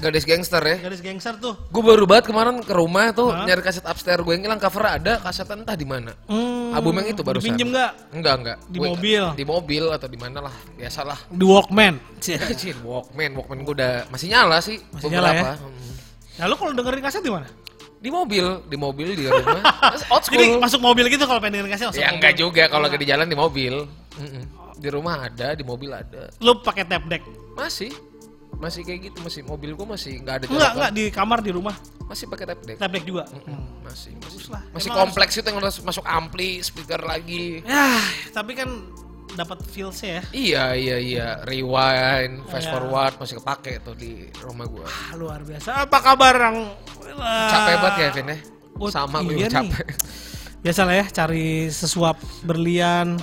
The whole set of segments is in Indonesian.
Gadis Gangster ya. Gadis Gangster tuh. Gue baru banget kemarin ke rumah tuh nyari kaset upstairs gue yang hilang, cover ada, kasetnya entah di mana. Album yang itu barusan. Pinjem nggak? Enggak. Di mobil. Di mobil atau di mana lah, biasalah. Di Walkman. Walkman gue udah masih nyala sih. Masih nyala ya? Nah lu kalau dengerin kaset di mana? Di mobil di rumah. Old school. Jadi masuk mobil gitu kalau pengen dengerin kaset? Ya enggak juga, kalau lagi di jalan di mobil. Di rumah ada, di mobil ada. Lu pakai tape deck? Masih kayak gitu, masih mobil gua masih enggak ada. Enggak di kamar di rumah. Masih pakai tape deck. Tape deck juga. Masih kompleks itu yang harus masuk ampli, speaker lagi. Ya, tapi kan dapat feels-nya ya. Iya. Rewind, fast forward masih kepake tuh di rumah gua. Luar biasa. Apa kabar yang capek banget ya, Vin ya? Sama gue iya capek. Biasalah ya, cari sesuap berlian.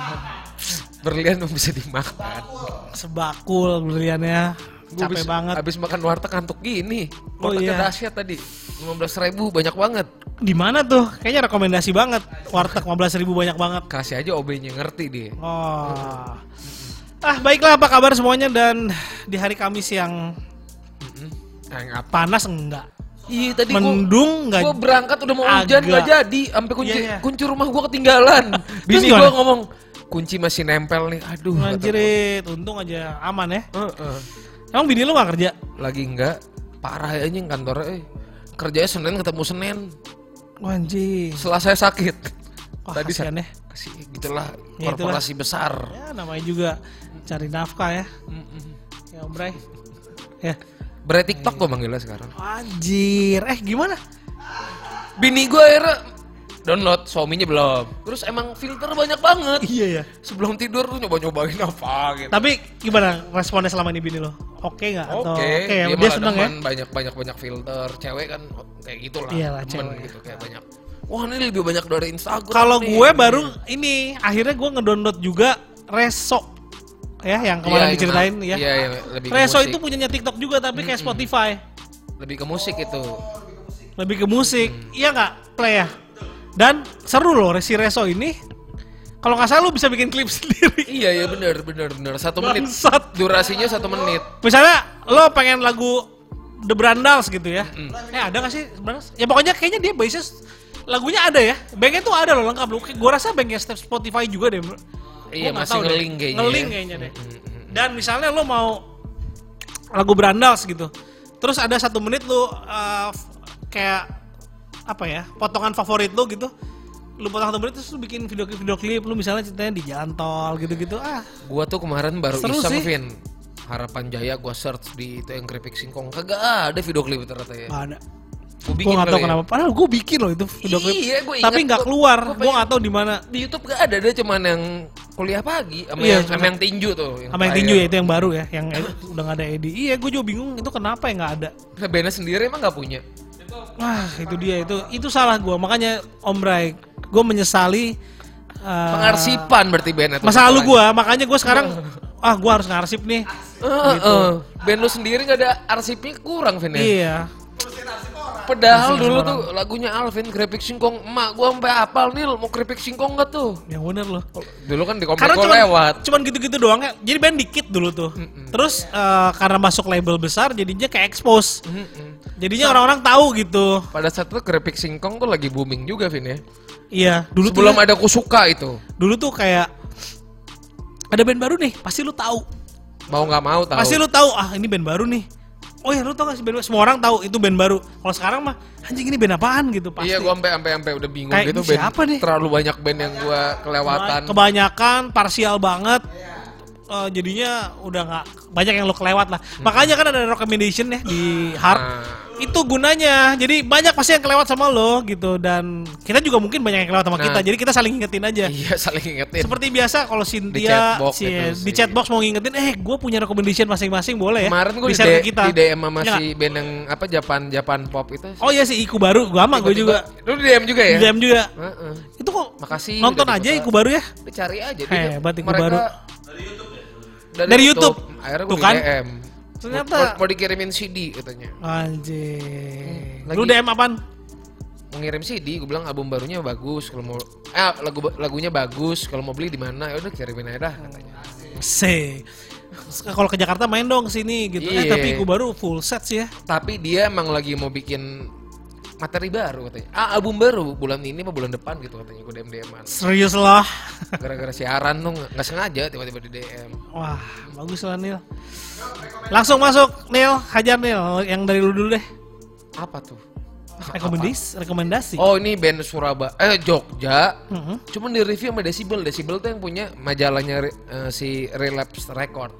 Berlian bisa dimakan. Sebakul berliannya. Capek banget. Abis makan warteg kantuk gini. Wartegnya dahsyat tadi. 15.000 banyak banget. Di mana tuh? Kayaknya rekomendasi banget. Warteg 15.000 banyak banget. Kasih aja OB-nya ngerti dia. Oh. Baiklah, apa kabar semuanya, dan di hari Kamis yang panas enggak? Iya tadi mendung enggak? Gua berangkat udah mau hujan enggak jadi, sampai kunci rumah gua ketinggalan. Bini gua ngomong, kunci masih nempel nih. Aduh. Anjirit, untung aja aman ya. Emang bini lu gak kerja? Lagi enggak. Parah aja yang kantornya. Kerjanya Senin ketemu Senin. Anjir. Setelah saya sakit. Tadi ya. Kasih gitulah, korporasi besar. Ya namanya juga cari nafkah ya. Ya Om Bray. Ya. Bray TikTok gua manggilnya sekarang. Anjir. Gimana? Bini gua akhirnya download, suaminya belum. Terus emang filter banyak banget. Iya ya. Sebelum tidur tuh nyoba-nyobain apa gitu. Tapi gimana responnya selama ini bini lo? Oke nggak? Oke. Dia seneng ya? Banyak filter. Cewek kan kayak gitulah. Iyalah, temen cewek. gitu kayak banyak. Wah ini lebih banyak dari Instagram. Kalau gue baru ini akhirnya gue ngedownload juga Reso. Ya yang kemarin diceritain ya. Iya, lebih Reso itu punyanya TikTok juga tapi kayak Spotify. Lebih ke musik itu. Lebih ke musik. Iya nggak? Play ya. Dan seru loh si Reso ini. Kalau nggak salah lu bisa bikin klip sendiri. Iya benar. 1 menit. Durasinya 1 menit. Misalnya lo pengen lagu The Brandals gitu ya. Ada nggak sih Brandals? Ya pokoknya kayaknya dia basis lagunya ada ya. Banknya tuh ada loh lengkap loh. Gue rasa banknya Spotify juga deh. Iya masih nge-link kayaknya. Nge-link kayaknya deh. Dan misalnya lo mau lagu Brandals gitu. Terus ada 1 menit lo kayak apa ya, potongan favorit lo gitu. Lu potong 1 menit terus lu bikin video klip lu misalnya ceritanya di jalan tol gitu-gitu. Gua tuh kemarin baru iseng, Vin. Harapan Jaya gua search di itu yang keripik singkong. Kagak ada video klip ternyata ya. Gak ada. Gue gak tau kenapa. Padahal gue bikin loh itu video klip. Iya, tapi nggak keluar. Gue nggak tahu di mana. Di YouTube gak ada, dia cuman yang kuliah pagi sama yang tinju tuh. Sama yang tinju ya, itu yang baru ya, yang udah nggak ada Edi. Iya, gue juga bingung itu kenapa ya nggak ada. Bandnya sendiri emang nggak punya. Itu dia itu salah gue. Makanya Om Bray, gue menyesali pengarsipan berarti band itu. Masa lalu gue, makanya gue sekarang gue harus ngarsip nih. Gitu. Band lu sendiri nggak ada arsipnya kurang, Vin ya? Iya. Padahal dulu tuh lagunya Alvin, keripik singkong. Emak gua sampai hafal, Nil, mau keripik singkong gak tuh? Yang bener loh. Dulu kan di komplek gua lewat. Cuman gitu-gitu doang ya. Jadi band dikit dulu tuh. Terus karena masuk label besar jadinya kayak expose. Jadinya orang-orang tahu gitu. Pada saat itu keripik singkong tuh lagi booming juga, Vin ya? Iya. Dulu sebelum tuh ada Kusuka itu. Dulu tuh kayak ada band baru nih, pasti lu tahu. Mau nggak mau tahu. Pasti lu tahu, ini band baru nih. Oh ya, lu tau gak sih band baru? Semua orang tahu itu band baru. Kalau sekarang mah anjing ini band apaan gitu pasti. Iya, gua sampai udah bingung kayak gitu band. Siapa nih? Terlalu banyak band yang gua kelewatan. Kebanyakan parsial banget. Jadinya udah nggak banyak yang lo kelewat lah. Makanya kan ada recommendation ya di Heart. Itu gunanya. Jadi banyak pasti yang kelewat sama lo gitu, dan kita juga mungkin banyak yang kelewat sama kita. Jadi kita saling ingetin aja. Iya, saling ingetin. Seperti biasa kalau Cynthia di chatbox mau ngingetin, gue punya recommendation masing-masing boleh ya. Kemarin gue di DM sama si band yang apa Japan pop itu. Oh iya sih, Iku Baru, gue sama gue juga. Lu di DM juga ya? Di DM juga. Itu kok makasih nonton aja Iku Baru ya. Dicari aja. Hebat Iku Baru. Dari YouTube. Akhirnya gue di DM. Ternyata mau dikirimin CD katanya. Anjir. Lu DM apaan? Mau ngirim CD, gue bilang album barunya bagus, kalau mau lagunya bagus, kalau mau beli di mana ya udah kirimin aja dah katanya. kalau ke Jakarta main dong kesini gitu. Iya. Tapi gue baru full set sih ya. Tapi dia emang lagi mau bikin materi baru katanya. Album baru bulan ini apa bulan depan gitu katanya. Gue DM-an. Serius lah. Gara-gara siaran tuh nggak sengaja tiba-tiba di DM. Wah, bagus lah Nil. Langsung masuk Nil, hajar Nil. Yang dari lu dulu deh. Apa tuh? Rekomendasi. Oh ini band Surabaya, Jogja. Cuman di review sama Decibel. Decibel tuh yang punya majalahnya si Relapse Record.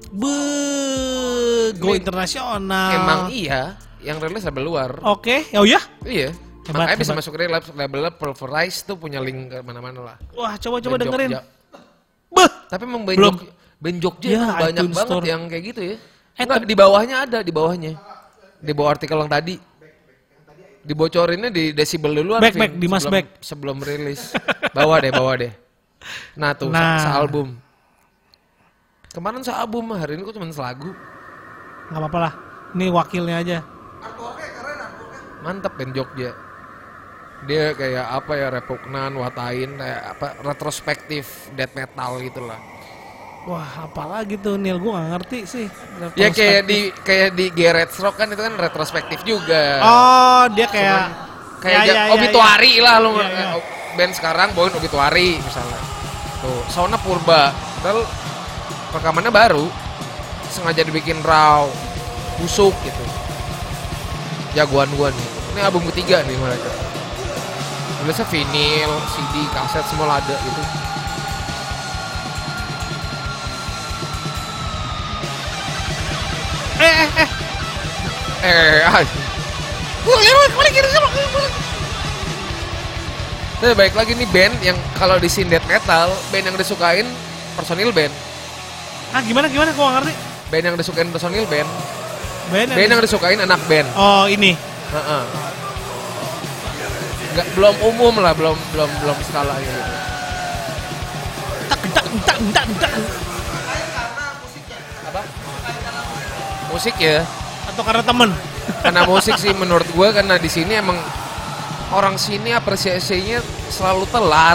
Go internasional. Emang iya, yang rilis label luar. Oke, oh ya? Iya. Hebat, Makanya bisa hebat. masuk Relapse, labelnya Pulverize tuh punya link ke mana-mana lah. Wah, coba Band dengerin. Jogja. Beh, Tapi emang Belum. band Jogja Ya, emang banyak iTunes banget Store. yang kayak gitu ya. Tapi- Di bawahnya ada, di bawahnya. Di bawah artikel yang tadi. Dibocorinnya di Decibel dulu Back, Dimas back. Sebelum rilis. Bawa deh. Nah tuh, sealbum. Kemarin sealbum, hari ini kok cuma selagu. nggak apa-apa lah. Ini wakilnya aja. Mantep band Jogja. Dia kayak apa ya, Repugnan, Watain, kayak apa, retrospektif death metal gitulah. Wah, apalagi tuh Nil, gue gak ngerti sih. Ya kayak di Garage Rock kan itu kan retrospektif juga. Oh, dia kayak obituari lah lo Ya. band sekarang bawain obituari misalnya. Tuh, Sauna Purba. Padahal rekamannya baru. Sengaja dibikin raw, busuk gitu. Jagoan gua nih. Ini album ketiga nih mereka. Tulisnya vinyl, CD, kaset semua ada gitu. Nah, baik lagi nih band yang kalau di scene death metal, band yang disukain personil band. Ah, gimana? Gue gak ngerti. Band yang disukain personil band. Band Band yang disukain anak band. Oh, ini. Heeh. Belum umum lah, belum skalanya gitu. Tak. Apa? Musik ya. Atau karena temen. Karena musik sih menurut gue, karena di sini emang orang sini apresiasinya selalu telat.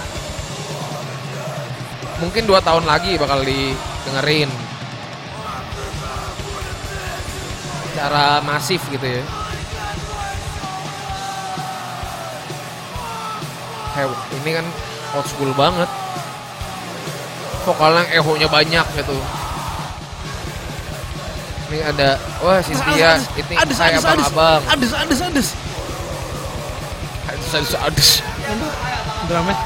Mungkin 2 tahun lagi bakal didengerin secara masif gitu ya. Ini kan old school banget. Vokalnya eho-nya banyak gitu. Ini ada, wah Cynthia, ini saya abang-abang. Ades. Drama.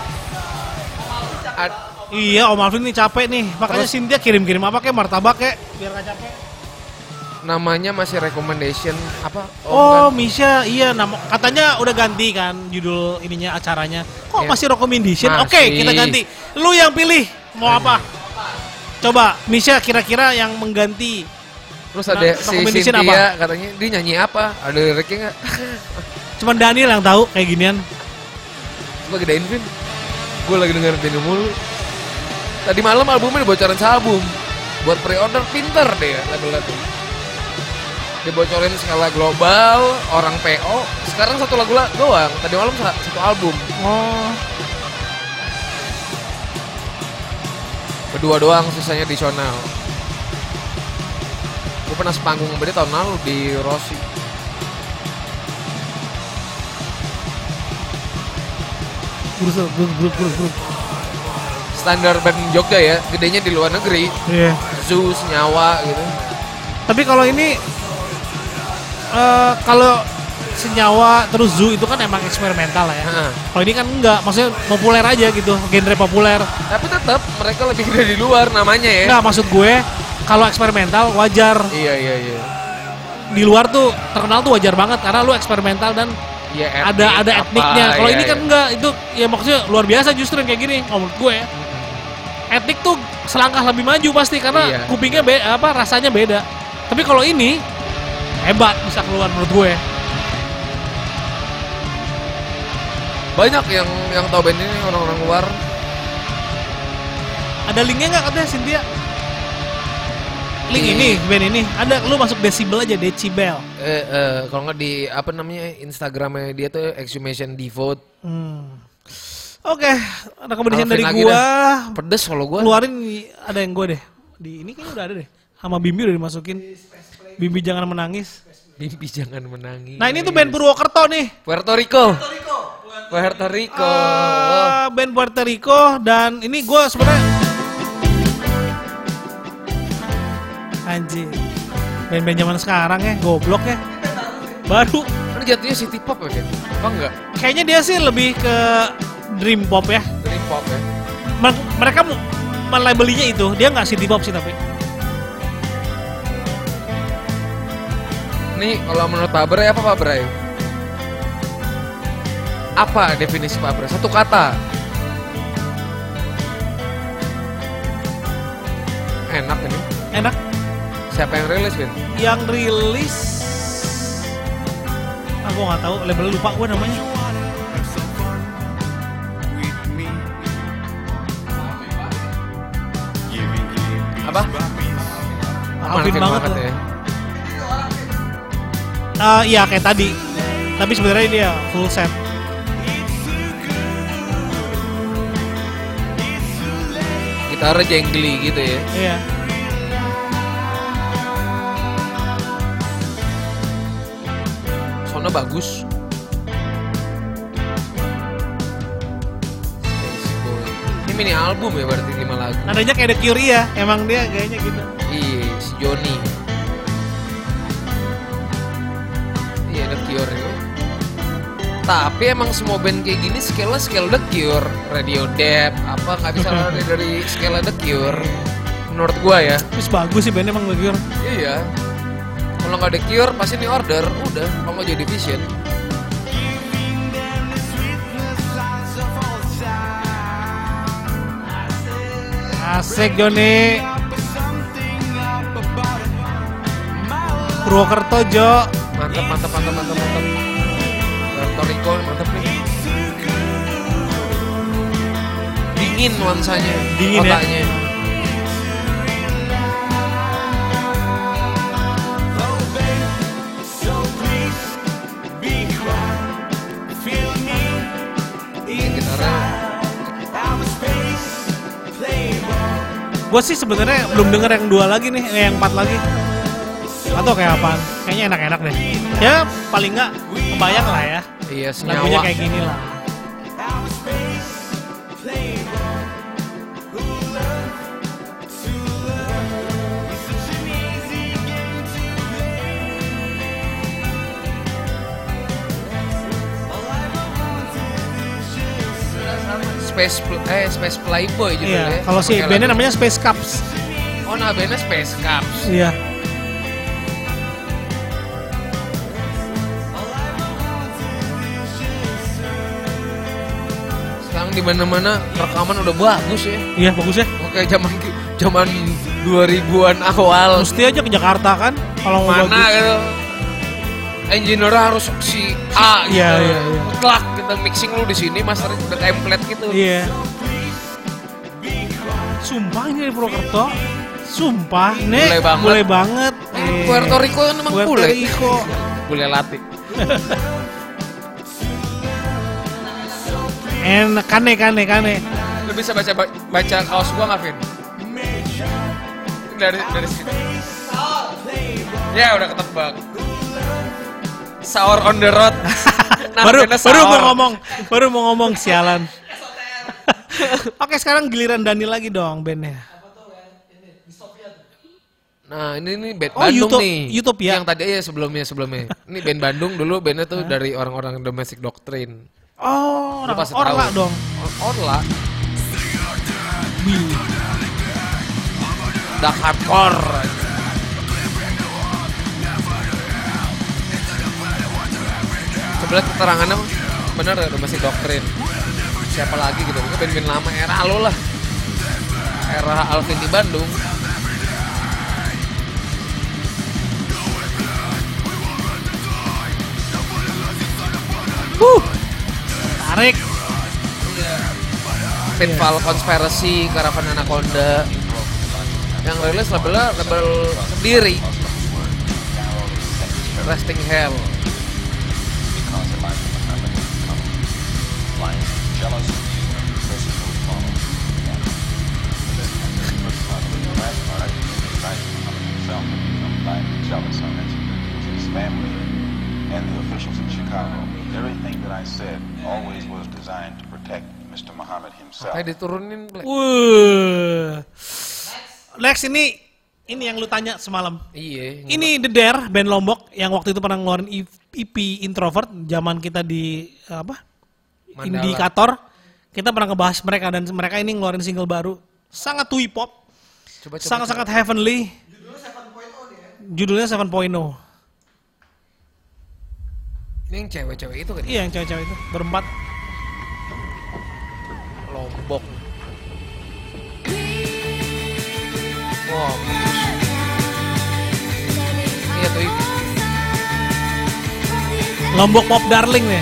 Iya, Om Alvin nih capek nih. Makanya Terus- Cynthia kirim-kirim apa kayak martabak kayak biar gak capek. Namanya masih recommendation apa? Oh, bukan. Misha, iya katanya udah ganti kan judul ininya acaranya. Kok Ya. masih recommendation? Masih. Oke, kita ganti. Lu yang pilih mau apa? Coba Misha kira-kira yang mengganti. Terus ada si recommendation Cynthia katanya dia nyanyi apa? Ada liriknya nggak? Cuman Daniel yang tahu kayak ginian. Coba gedein Vin. Gue lagi dengerin Vin mulu. Tadi malam albumnya dibocorin sealbum. Buat pre-order pinter deh labelnya tuh. Dibocorin skala global, orang PO. Sekarang satu lagu doang. Tadi malam satu album. Oh, Berdua doang, sisanya additional. Gue pernah sepanggung sama dia tahun lalu di Rossi. grup. Standar band Jogja ya, gedenya di luar negeri. Iya. Zeus, Nyawa gitu. Tapi kalau ini kalau Senyawa terus Zoo itu kan emang eksperimental lah ya. Heeh. Kalau ini kan enggak, maksudnya populer aja gitu, genre populer. Tapi tetap mereka lebih gede di luar namanya ya. Enggak, maksud gue kalau eksperimental wajar. Iya. Di luar tuh terkenal tuh wajar banget karena lu eksperimental dan Iya, ada etniknya. Kalau ini kan iya. enggak, itu ya maksudnya luar biasa justru yang kayak gini menurut gue ya. Etnik tuh selangkah lebih maju pasti karena Iya. kupingnya rasanya beda. Tapi kalau ini hebat bisa keluar menurut gue. Banyak yang tahu band ini orang-orang luar. Ada linknya nggak katanya Cynthia? Link Di- ini, band ini. Ada, lu masuk Decibel aja, Decibel. Kalau nggak di apa namanya Instagramnya dia tuh Exhumation Devote. Oke, rekomendasi Alvin dari lagi gua. Pedes kalau gua. Keluarin ada yang gua deh. Di ini kayaknya udah ada deh. Sama Bimbi udah dimasukin. Bimbi jangan menangis. Mimpi jangan menangis. Nah ini tuh band Purwokerto nih. Puerto Rico. Puerto Rico. Band Puerto Rico dan ini gue sebenarnya anjir. Band-band zaman sekarang ya, goblok ya. Baru. Kan jatuhnya city pop ya, Ken? Apa enggak? Kayaknya dia sih lebih ke dream pop ya. Dream pop ya. Mereka melabelinya itu, dia nggak city pop sih tapi. Nih kalau menurut Pak Bray apa Pak Bray? Apa definisi Pak Bray? Satu kata. Enak ini. Enak. Siapa yang rilis, Vin? Yang rilis, aku nggak tahu, label lupa gue namanya. Apa? Alvin banget lah. ya. Iya kayak tadi, tapi sebenarnya dia full set. Gitarnya jengli gitu ya. Iya. Soundnya bagus. Ini mini album ya berarti 5 lagu. Nadanya kayak The Cure ya, emang dia kayaknya gitu. Iya, si Joni. Iya, The Cure itu. Tapi emang semua band kayak gini scale The Cure, Radiohead, apa nggak bisa lari dari scale The Cure. Menurut gua ya. Terus bagus sih bandnya emang The Cure. Iya. Kalau nggak The Cure pasti New Order, udah. Kalau nggak jadi Vision. Asik Joni. Purwokerto Jo. Mantap. Puerto Rico mantap nih. Dingin nuansanya, Dingin ya? kotanya. Gue sih sebenarnya belum denger yang 2 lagi nih, yang 4 lagi. Atau kayak apaan? Kayaknya enak-enak deh. Ya paling nggak kebayang lah ya. Iya, Lagunya senyawa. kayak gini lah. Space Playboy gitu Iya, ya. kalau si Pakai bandnya lagu. namanya Space Cups. Oh, nah bandnya Space Cups. Iya. Sekarang di mana-mana rekaman udah bagus ya. Iya bagus ya. Oke, zaman 2000-an awal. Mesti aja ke Jakarta kan kalau mau Mana bagus. gitu. Engineer harus si A gitu. Iya. Mutlak kita mixing lu di sini, mastering udah template gitu. Iya. Sumpah ini dari Purwokerto. Sumpah, nih Bule banget. bule banget. Puerto Rico kan emang Puerto bule. Rico. Bule latih. Enak kane. Lu bisa baca kaos gua nggak, Vin? Dari sini. Ya udah ketebak. Sour on the road. Nah, baru mau ngomong sialan. Oke, sekarang giliran Dani lagi dong bandnya. Nah ini band Oh, Bandung YouTube- nih. YouTube ya? Yang tadi ya sebelumnya. Ini band Bandung dulu, bandnya tuh dari orang-orang Domestic Doctrine. Oh, Lu pasti Orla tahu. dong. Orla. Dark hardcore. Sebelah keterangannya bener ya Domestic Doctrine. Siapa lagi gitu? Itu band-band lama era lo lah. Era Alvin di Bandung. Tarik. Pitfall Conspiracy, Caravan Anaconda. Yang rilis label sendiri. Resting Hell. was designed to protect Mr. Muhammad himself. Kayak diturunin Black. Lex ini yang lu tanya semalam. Iya. Ini The Dare, band Lombok yang waktu itu pernah ngeluarin EP Introvert zaman kita di Mandala. Indikator. Kita pernah ngebahas mereka dan mereka ini ngeluarin single baru. Sangat twee pop. Sangat-sangat heavenly. Judulnya 7.0. Ini yang cewek-cewek itu kan? Iya, yang cewek-cewek itu berempat. Lombok. Wow. Iya tuh itu. Lombok Pop Darling nih.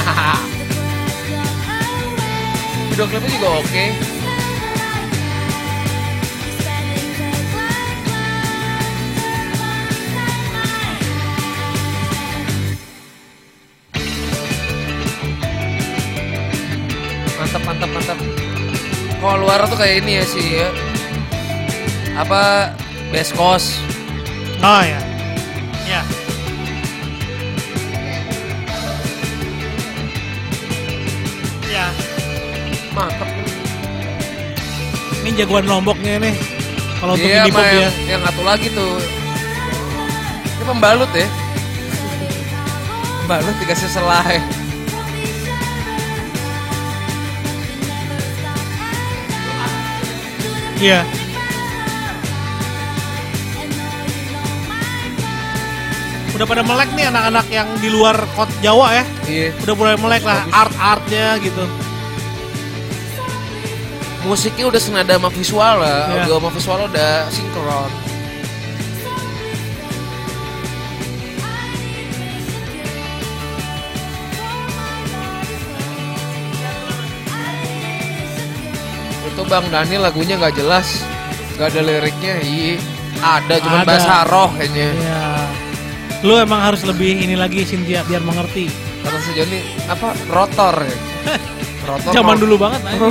Video klipnya juga oke. Mantap. Kalau luar tuh kayak ini ya sih ya. Apa Best Coast. Oh ya. Ya. Ya. Mantap. Ini jagoan Lomboknya nih. Kalau untuk Iya, indie pop ya. yang satu lagi tuh. Ini pembalut ya. Pembalut dikasih selai. Iya. Udah pada melek nih anak-anak yang di luar kota Jawa ya. Iya. Udah mulai melek lah art-artnya gitu. Musiknya udah senada sama visual lah. Iya. Audio sama visual udah sinkron. Itu Bang Dani lagunya nggak jelas, nggak ada liriknya. Iya, ada cuman Ada. bahasa roh kayaknya. Iya. Lu emang harus lebih ini lagi Cynthia biar mengerti. Kata si Joni apa rotor ya? Rotor. Zaman dulu banget aja.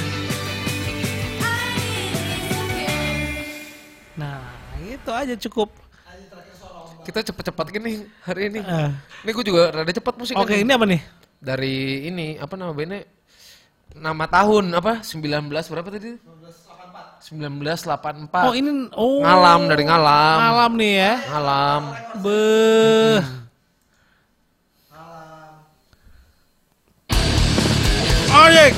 Nah, itu aja cukup. Kita cepet-cepet gini hari ini. Eh. Ini gue juga rada cepet musiknya. Oke, nih. ini apa nih? Dari ini apa nama bandnya? Nama tahun apa? 19 berapa tadi? 1984. Oh, ini Ngalam dari Ngalam. Ngalam nih ya. Ngalam. Beuh. Anjing.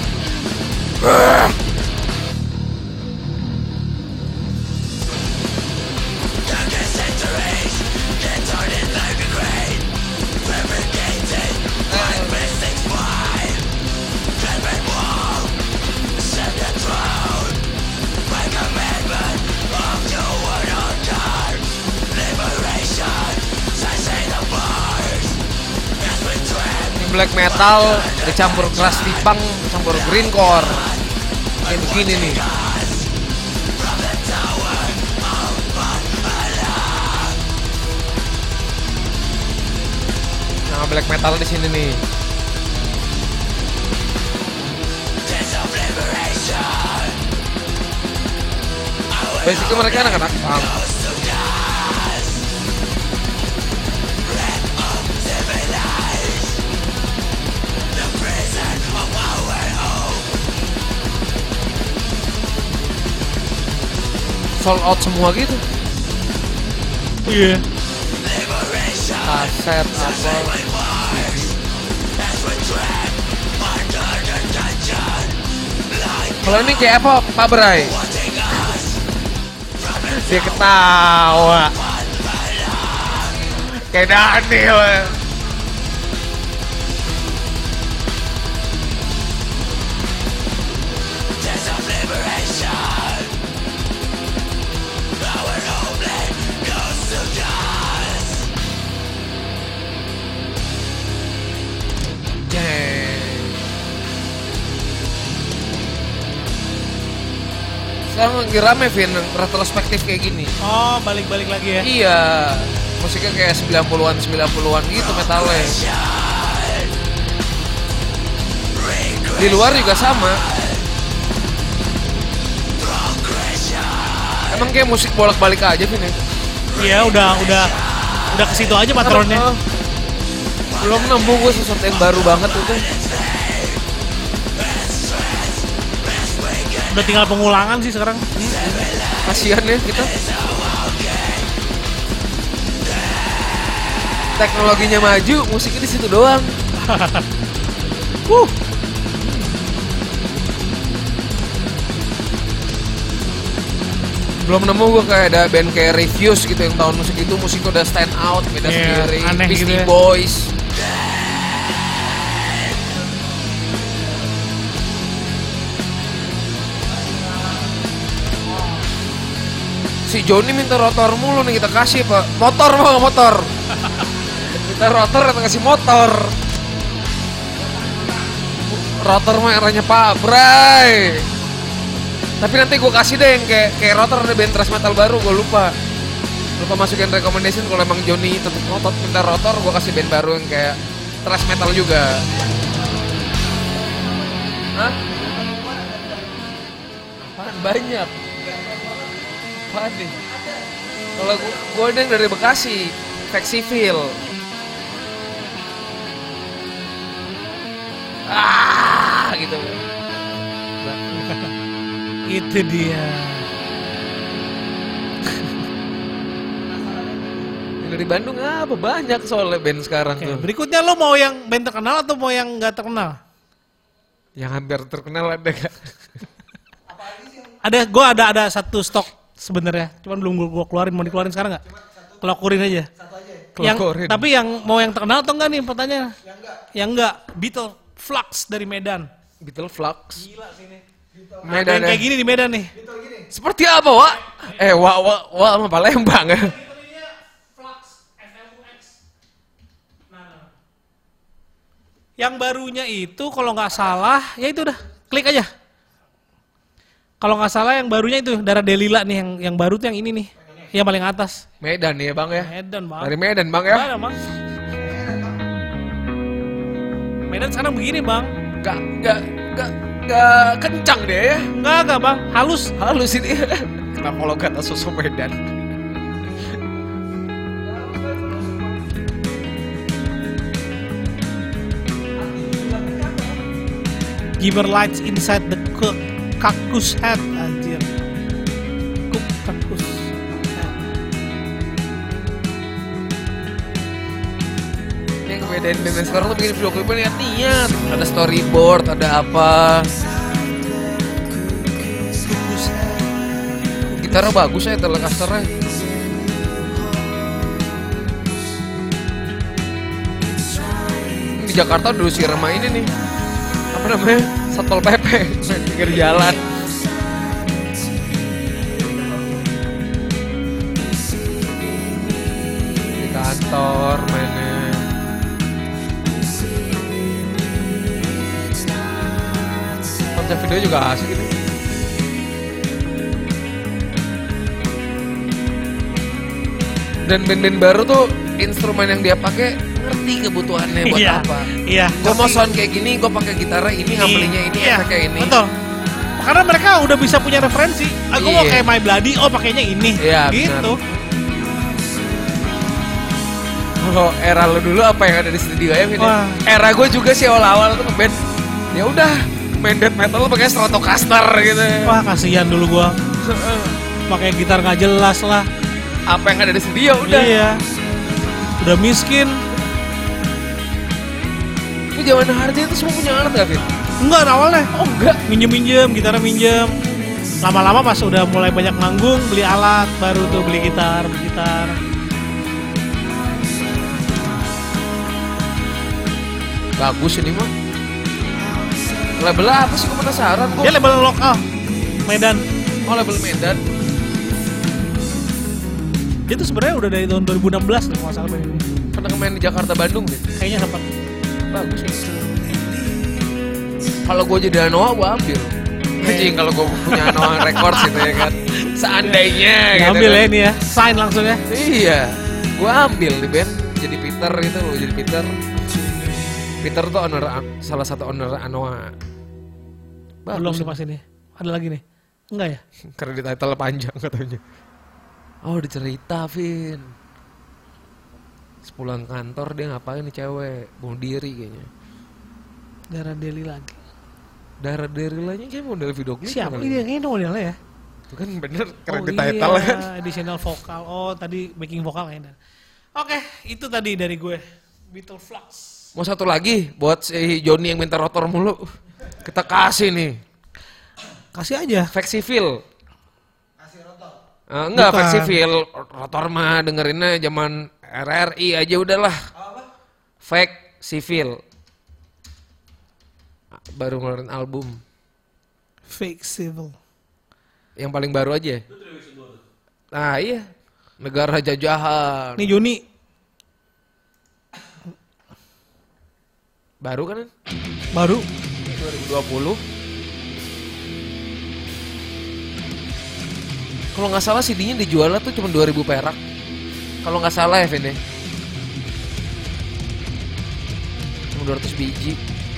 Black metal dicampur keras tipang, campur greencore. Kayak begini nih. Nah, black metal di sini nih. Basically mereka anak-anak punk. Sold out semua gitu. Iya. Kaset apa. Kalau ini kayak apa Pak Bray? Dia ketawa. Kayak Daniel. Sekarang lagi rame Vin, retrospektif kayak gini. Oh, balik-balik lagi ya. Iya, musiknya kayak 90-an gitu metalnya. Di luar juga sama. Emang kayak musik bolak-balik aja Vin ya? Iya, udah ke situ aja patronnya. Belum nemu gue sesuatu yang baru banget itu. Udah tinggal pengulangan sih sekarang. Kasihan ya kita. Teknologinya maju, musiknya di situ doang. Belum nemu gue kayak ada band kayak Refuse gitu yang tahun musik itu musik udah stand out, beda sendiri. Aneh Beastie gitu ya. Boys. Si Joni minta rotor mulu nih kita kasih pak. Motor mau nggak motor? Minta rotor kita kasih motor. Rotor mah eranya Pak Bray. Tapi nanti gue kasih deh yang kayak rotor ada band thrash metal baru gue lupa masukin recommendation kalau emang Joni tetap ngotot minta rotor gue kasih band baru yang kayak thrash metal juga. Hah? Apaan banyak? Apaan nih? Kalau gue ada yang dari Bekasi, Fexiville. Gitu. Itu dia. Dari Bandung apa banyak soalnya band sekarang Oke, tuh. berikutnya lo mau yang band terkenal atau mau yang nggak terkenal? Yang hampir terkenal ada gak? Gue ada satu stok sebenarnya, cuman belum gue keluarin. Mau dikeluarin sekarang nggak? Kelokurin aja. Kelokurin. Tapi yang mau yang terkenal atau enggak nih pertanyaannya? Yang enggak. Beetle Flux dari Medan. Beetle Flux. Gila sih ini. Medan Yang kayak gini di Medan nih. Seperti apa, Wak? Wak sama Palembang ya. Yang barunya itu kalau nggak salah, ya itu udah klik aja. Kalau nggak salah yang barunya itu Darah Delila nih, yang baru tuh yang ini nih, yang paling atas. Medan nih ya bang ya. Medan bang. Dari Medan bang ya. Mana, bang? Medan sekarang begini bang. Gak kencang deh ya. Enggak bang, halus. Halus ini. Kenapa lo kata sosok Medan? Gimmer lights inside the cactus head, anjir. Cactus head. Yang ngebedain band sekarang tuh bikin video klipnya niat. Ada storyboard, ada apa. Gitarnya bagus ya Telecasternya. Di Jakarta dulu si Rema ini nih. Apa namanya? Satpol PP pinggir jalan. Di kantor mainnya. Konsep video juga asik gitu. Dan band-band baru tuh instrumen yang dia pakai ngerti kebutuhannya buat Iya, apa. iya. Gue mau sound kayak gini, gue pakai gitarnya ini, amplinya ini, Iya, efeknya ini. betul. Karena mereka udah bisa punya referensi. Aku mau Iya. kayak My Bloody, oh pakainya ini. Iya, gitu. Kalau era lo dulu apa yang ada di studio ya, Vin? Wah. Era gue juga sih awal-awal tuh ngeband. Ya udah, main death metal pakai Stratocaster gitu. Wah kasihan dulu gua. Pakai gitar nggak jelas lah. Apa yang ada di studio udah. Iya. Udah miskin. Itu zaman Hardy itu semua punya alat gak, Vin? Enggak awalnya. Oh enggak. Minjem, gitarnya minjem. Lama-lama pas udah mulai banyak manggung, beli alat, baru tuh beli gitar. Bagus ini mah. Label apa sih, gue penasaran kok. Dia label lokal, Medan. Oh, label Medan. Dia tuh sebenarnya udah dari tahun 2016 nih, masalah ini. Pernah main di Jakarta, Bandung deh. Kayaknya sempat. Bagus ya. Kalau gue jadi Anoa, gue ambil. Anjing kalau gue punya Anoa Records gitu ya kan. Seandainya gitu Ambil kan. ya ini ya, sign langsung ya. Iya, gue ambil di band. Jadi Peter gitu loh, jadi Peter. Peter tuh salah satu owner Anoa. Belum Bagus. nih pas ini. Ada lagi nih. Enggak ya? Karena di title panjang katanya. Oh, dicerita, Vin. Sepulang kantor dia ngapain nih cewek? Bunuh diri kayaknya. Darah Deli lagi. Dara Derilanya kayak model video klip. Siapa ini yang ini modelnya ya? Itu kan bener keren Oh di title iya, kan. additional vokal. Oh tadi backing vokal kayaknya. Oke, itu tadi dari gue. Beetle Flux. Mau satu lagi buat si Joni yang minta rotor mulu. Kita kasih nih. Kasih aja. Flexifill. Enggak, Bukan. Flexifill. Rotor mah dengerinnya zaman RRI aja udahlah. Fake Civil. Baru ngeluarin album. Fake Civil. Yang paling baru aja. Nah iya. Negara jajahan. Nih Joni. Baru kan? Baru. 2020. Kalau nggak salah CD-nya dijualnya tuh cuma 2.000 perak. Kalau nggak salah ya Vin ya. Cuma 200 biji.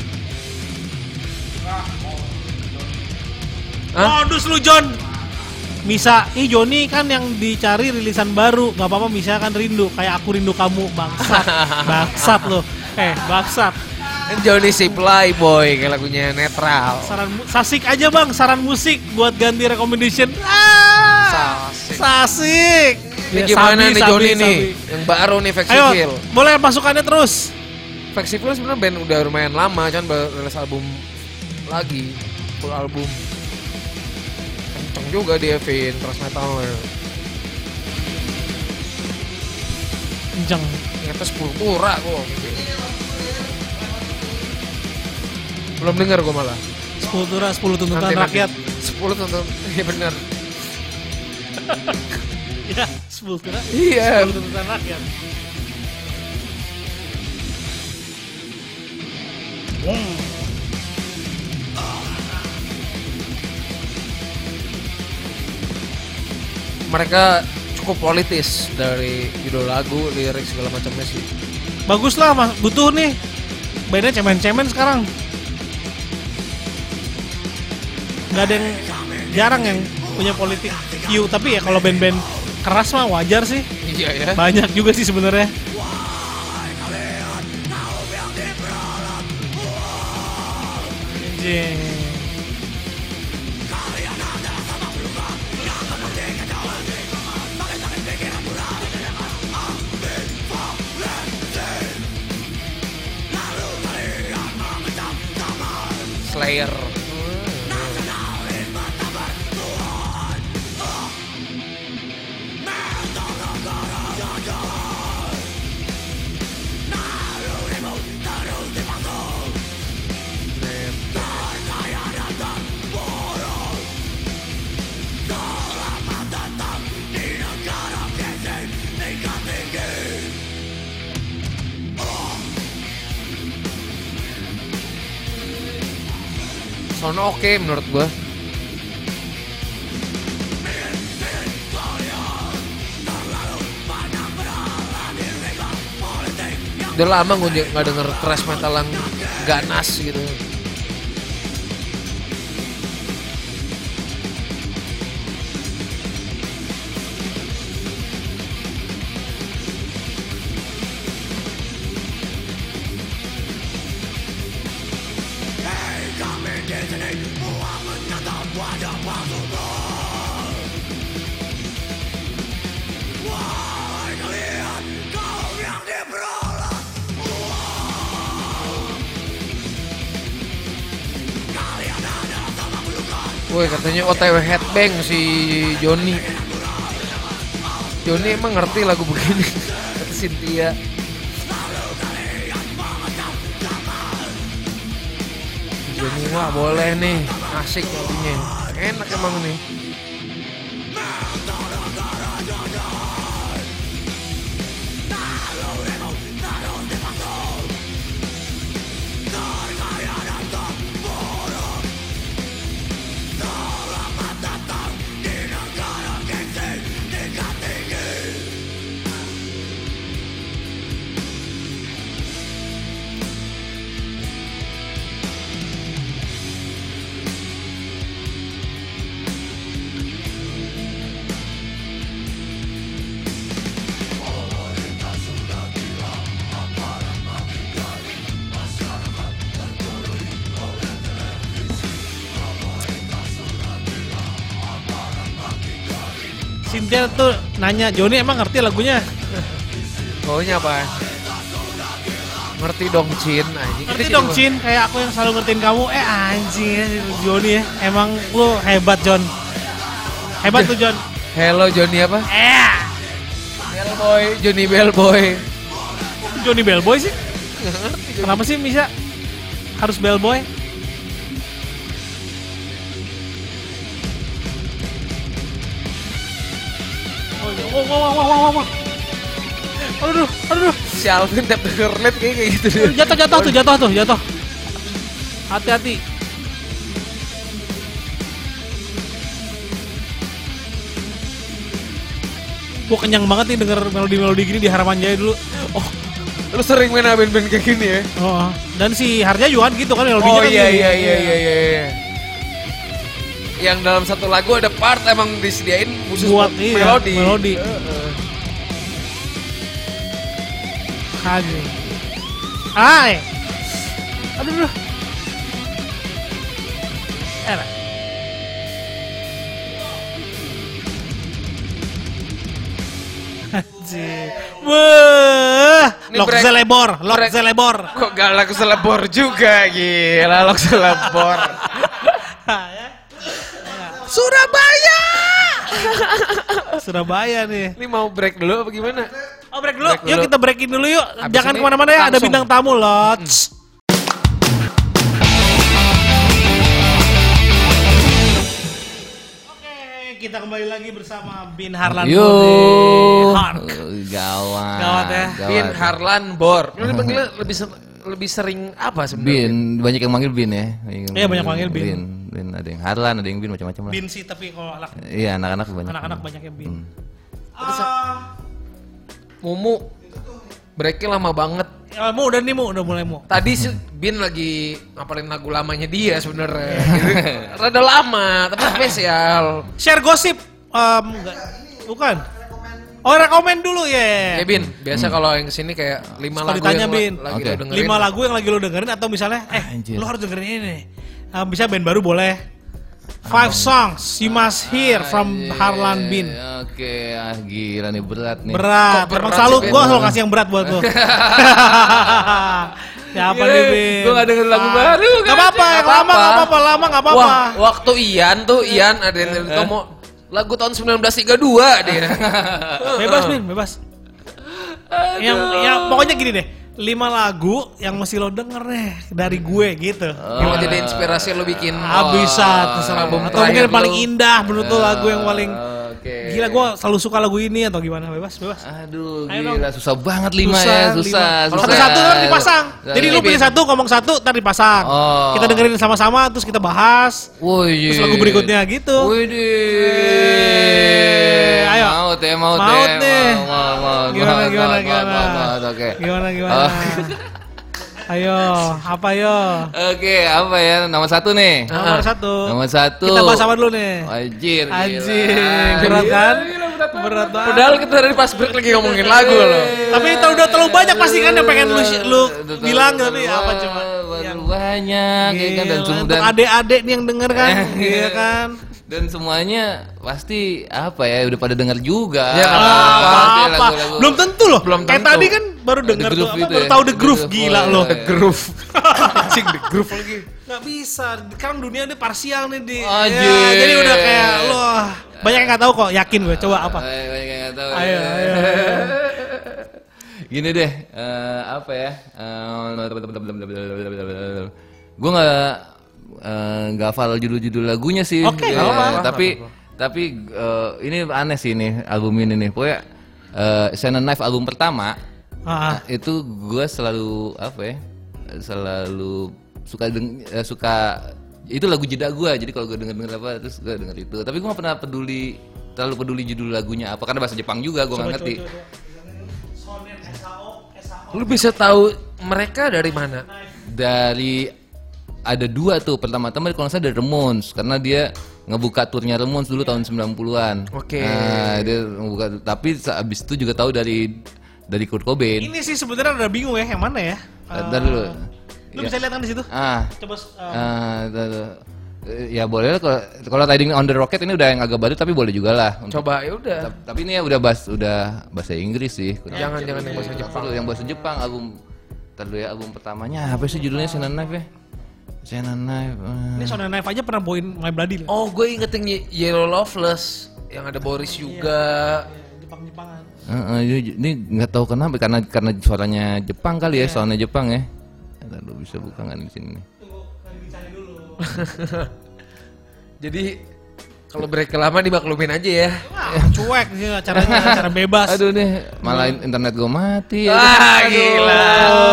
Hah? Modus lu John. Misa, Joni kan yang dicari rilisan baru. Gak apa-apa Misa kan rindu. Kayak aku rindu kamu. Bangsat. Bangsat lo. Bangsat. Kan Johnny Supply boy kayak lagunya netral. Sasik aja bang, saran musik buat ganti recommendation. Sasik. Ini Ya, gimana Sabi, nih Sabi, Johnny nih? Sabi. Yang baru nih Ayo, Flexifill. boleh masukannya terus. Flexifill sebenarnya band udah lumayan lama, kan baru rilis album lagi, full album. Kenceng juga dia Vin, thrash metalnya. Kenceng. Ternyata Sepultura kok. Belum dengar gue malah. 10 tuntutan rakyat. 10 tonton. Iya benar. Ya, 10 Iya. tuntutan rakyat. Mereka cukup politis dari judul lagu, lirik segala macamnya sih. Bagus lah, mas. Butuh nih. Bandnya cemen-cemen sekarang. Nggak ada yang jarang yang punya politik view. Tapi ya kalau band-band keras mah wajar sih. Iya ya. Banyak juga sih sebenarnya. Anjing. Slayer. Sono oke menurut gua. Udah lama gue nggak denger thrash metal yang ganas gitu. Woi katanya OTW headbang si Joni. Joni emang ngerti lagu begini. Kata Cynthia. Joni wah boleh nih, asik lagunya. Enak emang nih. Cynthia tuh nanya, Joni emang ngerti lagunya? Maunya apa? Ngerti dong Cin, anjing. Ngerti dong Cin, kayak aku yang selalu ngertiin kamu. Anjing Joni ya, emang lu hebat John. Hebat tuh John. Hello Johnny apa? Bellboy, Johnny Bellboy. Johnny Bellboy sih? Kenapa sih bisa harus Bellboy? Wah. Aduh. Si Alvin tiap denger led kayak gitu deh. Jatuh. Hati-hati. Gue kenyang banget nih denger melodi-melodi gini di Harapan Jaya dulu. Oh, lu sering main band-band kayak gini ya? Oh, dan si Harja juga gitu kan melodinya Oh kan iya. gini. Yang dalam satu lagu ada part emang disediain khusus Buat melodi. Aduh. Aduh. Enak. Anjir. Wah, Lok Zelebor. Kok galak selebor juga, gila Lok selebor. Surabaya nih. Ini mau break dulu apa gimana? Oh break dulu. Break Yuk dulu. kita breakin dulu yuk. Abis Jangan ini kemana-mana ya. Ada langsung. bintang tamu Lots. Oke, kita kembali lagi bersama Bin Harlan. Yo, Hark. gawat. Gawat ya. Bin Harlan Bor. Lu dipanggilnya lebih sering apa sebenarnya? Bin, banyak yang manggil Bin ya. Iya, banyak manggil Bin. Bin, ada yang Harlan, ada yang Bin macam-macam lah. Bin sih tapi kalau Iya, anak-anak banyak. anak-anak banyak yang Bin. Mumu breaknya lama banget. Mu udah mulai mu. Tadi sih Bin lagi ngapalin lagu lamanya dia sebenarnya. Gitu. Rada lama tapi spesial. Share gosip. Enggak. Bukan. Oh rekomen dulu ya. Ya Bin, biasa kalau yang kesini kayak 5 Suka lagu ditanya, yang Bin. lagi Oke. lo dengerin. 5 lagu yang lagi lo dengerin atau misalnya Anjir. lo harus dengerin ini nih. Bisa band baru boleh. 5 songs you must hear from Harlan Bin. Oke, gila nih berat nih. Berat. Kok berat Emang selalu sih, Bin? gue selalu kasih yang berat buat lo. Siapa nih Bin? Gue gak denger lagu baru. Gak apa-apa, yang lama gak apa-apa. Wah, waktu Ian ada yang ngomong lagu tahun 1932 dia. Bebas Bin, bebas. Yang pokoknya gini deh. 5 lagu yang mesti lo denger deh dari gue gitu. Yang mau jadi inspirasi lo bikin Bisa terserah. album Atau mungkin terakhir yang paling lo. indah menurut lo lagu yang paling Oke. gila gue selalu suka lagu ini atau gimana bebas. Aduh, Ayo gila dong. susah banget 5 ya, susah. Satu-satu ntar dipasang. Susah. Jadi lu pilih satu, ngomong satu, ntar dipasang. Oh. Kita dengerin sama-sama, terus kita bahas. Woi. Terus lagu berikutnya gitu. Widih. Ayo. Maut Maut ya. nih. Mau. Gimana? Oke. Gimana? Ayo, apa yo? Oke, apa ya? Nomor 1 nih. Nomor satu. Nomor 1. Kita bahas apa dulu nih? Anjir. Anjing, gila. berat kan? Gila, Berat banget. Padahal kita dari pas break lagi ngomongin lagu loh. Tapi udah terlalu banyak pasti kan yang pengen lu bilang tapi apa cuma yang banyak ya kan dan Gila, dan untuk adik-adik nih yang denger kan, iya kan? dan semuanya pasti apa ya udah pada denger juga. Ya, nggak Apa? Lagu-lagu. Belum tentu loh. Belum Kayak tentu. tadi kan baru denger The tuh, Groove apa, itu baru ya? tahu The The Groove Groove, gila oh, loh. iya. The Groove. Anjing The Groove lagi. Nggak bisa. Sekarang dunia ini parsial nih di. Anjir. Ya, jadi udah kayak lo banyak yang nggak tahu kok. Yakin gue. Coba apa? Banyak yang nggak tahu. Ayo. Gini deh, apa ya? Gue nggak hafal judul-judul lagunya sih. Oke, nggak apa-apa. Tapi ini aneh sih ini album ini nih. Pokoknya Shannon Knife album pertama Ah, itu gue selalu apa ya? Selalu suka itu lagu jeda gue. Jadi kalau gue denger apa terus gue denger itu. Tapi gue nggak pernah terlalu peduli judul lagunya apa karena bahasa Jepang juga gue nggak ngerti. Lu bisa tahu mereka dari mana? Dari ada 2 tuh pertama-tama kalau nggak salah dari Ramones karena dia ngebuka turnya Ramones dulu tahun 90-an. Oke. Nah, dia ngebuka tapi abis itu juga tahu dari Kurt Cobain. ini sih sebenarnya udah bingung ya, yang mana ya? Ntar dulu. Lu bisa lihat kan di situ? Ah. Coba Ntar dulu. Ya boleh lah kalau Riding on the Rocket ini udah yang agak baru tapi boleh juga lah. Coba ya udah. Tapi ini ya udah bahasa Inggris sih. Jangan yang bahasa Jepang. Yang bahasa Jepang album pertamanya apa sih judulnya Shonen Knife ya? Shonen Knife. Ini Shonen Knife aja pernah bawain My Bloody. Oh, gue inget yang Yellow Loveless yang ada Boris juga. Jepang-Jepangan. Ini nggak tahu kenapa karena suaranya Jepang kali ya, soundnya Jepang ya. Lu bisa buka nggak di sini nih? Jadi kalau break lama dimaklumin aja ya. Cuek sih acaranya, acara bebas. Aduh nih, malah internet gue mati. Gila.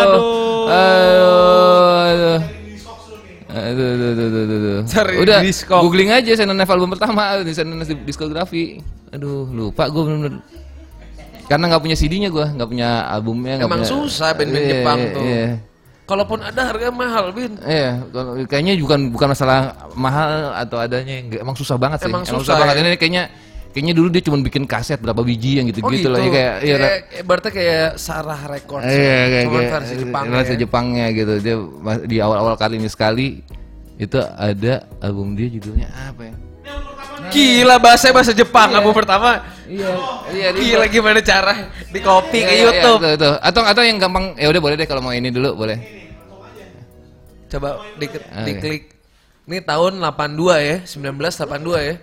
Aduh. Cari Udah, Discog. googling aja Shonen Knife album pertama di Shonen Knife diskografi. Aduh, lupa gue bener-bener. Karena nggak punya CD-nya gue, nggak punya albumnya. Emang punya... susah band-band Jepang tuh. Iya. Kalaupun ada harga mahal, Bin. Iya, kayaknya bukan masalah mahal atau adanya, emang susah banget sih. Emang susah banget. ya? Ini kayaknya dulu dia cuma bikin kaset berapa biji yang gitu-gitu lah. Berarti kayak Sarah Records. Iya, Cuma versi Jepang. Versi Jepangnya gitu. Dia di awal-awal kali ini sekali itu ada album dia judulnya apa ya? Gila bahasa Jepang album pertama. Iya, Gila gimana cara di copy ke YouTube. Itu. Atau yang gampang ya udah boleh deh kalau mau ini dulu boleh. Coba diklik. Ini tahun 82 ya, 1982 ya.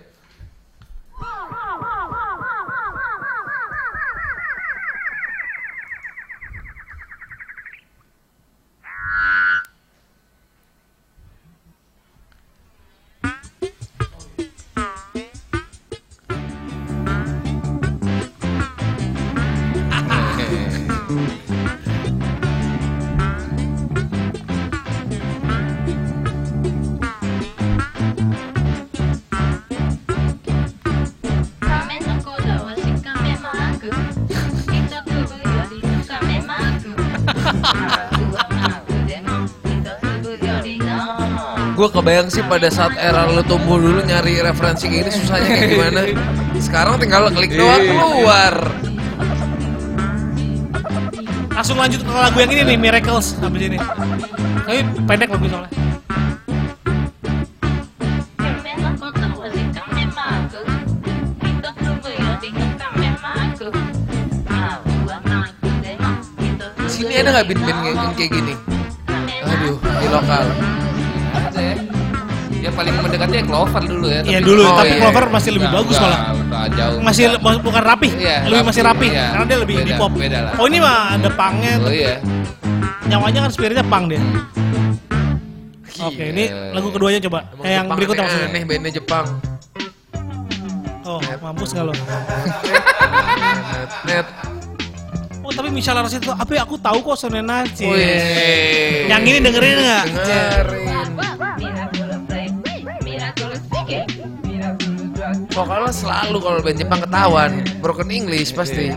Gue kebayang sih pada saat era lu tumbuh dulu nyari referensi kayak gini susahnya kayak gimana. Sekarang tinggal klik doang keluar. Langsung lanjut ke lagu yang ini nih, Miracles sampai sini. Tapi pendek lagu soalnya. Sini ada nggak bin-bin yang kayak gini? Aduh, di lokal. Ada ya. Yang paling mendekatnya Clover dulu ya. Iya dulu, tapi iya. Clover masih lebih bagus malah. Jauh. Masih bukan rapi, Iya, lebih masih rapi. iya. Karena dia lebih Beda, di pop. beda lah. Oh ini mah ada punknya, Oh iya. nyawanya kan spiritnya punk dia. Oke, ini lagu keduanya coba. Emang Kayak yang Jepang berikutnya nih maksudnya. aneh bandnya Jepang. Oh, mampus nggak lo? Net. Oh tapi Michelle Larsen itu, apa aku tahu kok Shonen Knife. Wih. Yang ini dengerin nggak? Dengerin. Vokalnya selalu kalau band Jepang ketahuan broken English pasti.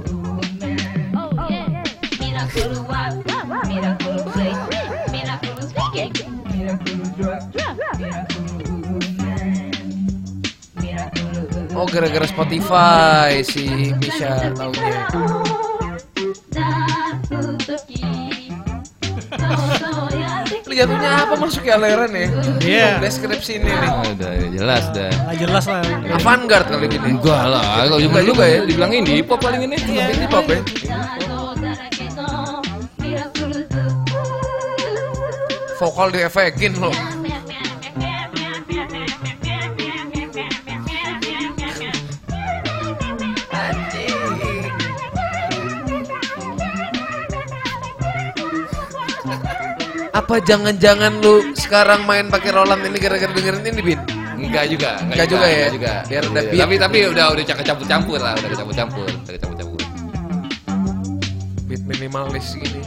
Oh gara-gara Spotify si Misha taunya. Jatuhnya apa masuk ya Leren ya? Iya. Deskripsi ini nih. Udah jelas dah. Nggak jelas lah. Avant-garde kali ini. Enggak lah, kalau Enggak dulu juga ya. dibilang indie pop paling ini. Iya, ini pop ya. Vokal diefekin loh. Apa jangan-jangan lu sekarang main pakai Roland ini gara-gara dengerin ini, Bin? Enggak juga. Enggak juga ya? Enggak juga. Biar ada Iya. beat. Tapi udah campur-campur lah, udah campur-campur. Beat minimalis gini.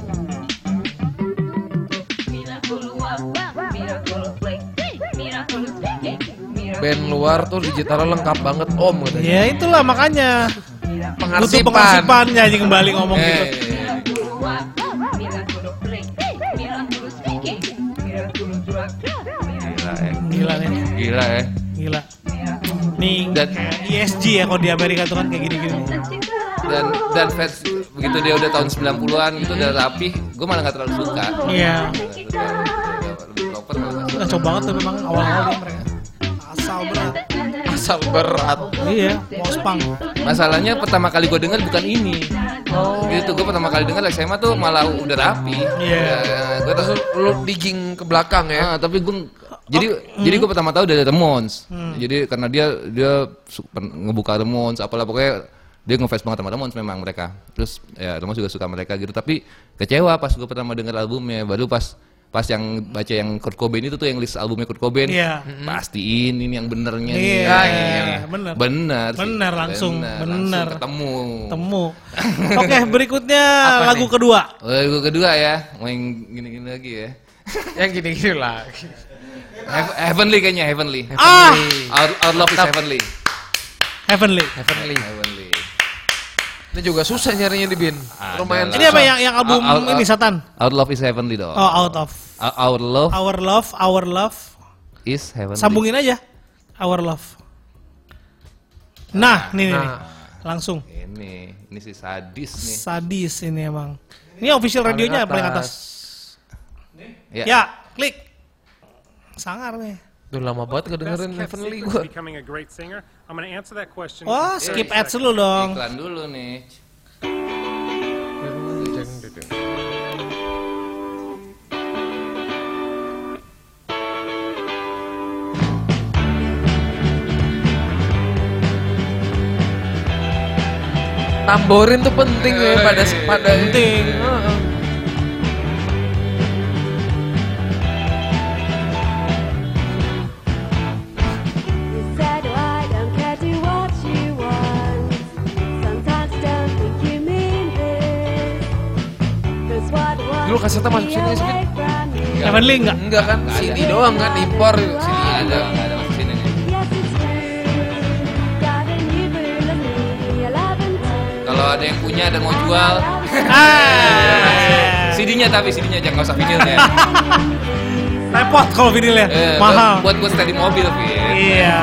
Band luar tuh digitalnya lengkap banget om katanya. Ya itulah makanya. Butuh Pengarsipan. pengarsipan nyanyi kembali ngomong gitu. Gila nih. Gila ya. Gila. Nih Dan- kayak ESG ya kalau di Amerika tuh kan kayak gini-gini. Dan fans begitu dia udah tahun 90-an gitu udah rapih, gue malah nggak terlalu suka. Iya. Lebih proper malah nggak suka. ngaco banget tuh memang awal-awal dia mereka. Asal berat. Iya, Mospang. Masalahnya pertama kali gue dengar bukan ini. Gitu, gue pertama kali dengar SMA tuh malah udah rapi. Iya. Gue Terus lu digging ke belakang ya. tapi gue jadi gue pertama tahu dari Ramones. Jadi karena dia ngebuka Ramones, apalah pokoknya dia ngefans banget sama Ramones memang mereka. Terus ya Ramones juga suka mereka gitu. Tapi kecewa pas gue pertama dengar albumnya. Baru pas yang baca yang Kurt Cobain itu tuh yang list albumnya Kurt Cobain. Iya. Pastiin ini yang benernya nih. Iya, bener. Bener sih. Bener, langsung ketemu. Oke, berikutnya lagu kedua. Lagu kedua ya, main gini-gini lagi ya. Yang gini-gini lah. Heavenly kayaknya, Heavenly. Our Love is Heavenly. Heavenly. Ini juga susah nyarinya di bin. Lumayan Ini apa yang album ini Satan? Our Love is Heavenly dong. Oh, Out of. Our Love is Heavenly. Sambungin aja. Our Love. Nah, nih. Langsung. Ini si sadis nih. Sadis ini emang. Ini official radionya paling atas. Ya, klik. Sangar nih. Udah lama banget gak dengerin Heavenly gue. Wah, skip ads dulu dong. Iklan dulu nih. Tamborin tuh penting ya pada Penting. Dulu kasetnya masuk sini sih. Heavenly enggak? Enggak kan, CD doang kan, impor CD ada. Nggak ada masuk sini nih. Kalau ada yang punya dan mau jual, CD-nya jangan nggak usah vinilnya. Repot kalau vinilnya. Mahal. Buat gue setel di mobil, Vin. Iya.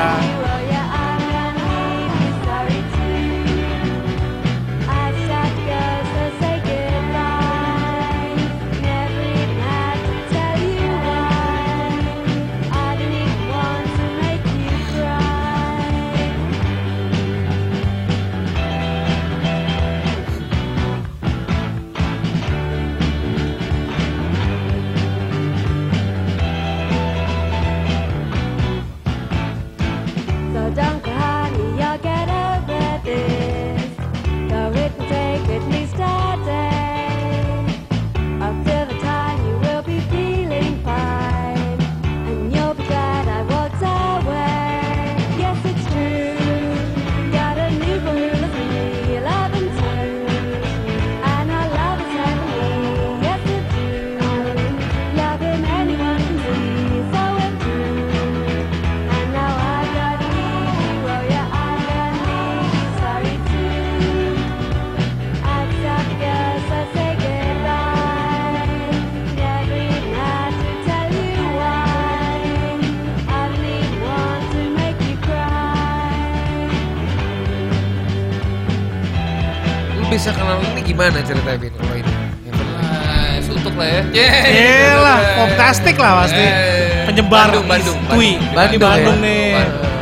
Bisa kenal ini gimana ceritanya Bin? Kalau ini Suntuk lah ya. Iyalah, fantastik lah pasti. Penyebar Bandung. Tui. Di Bandung nih.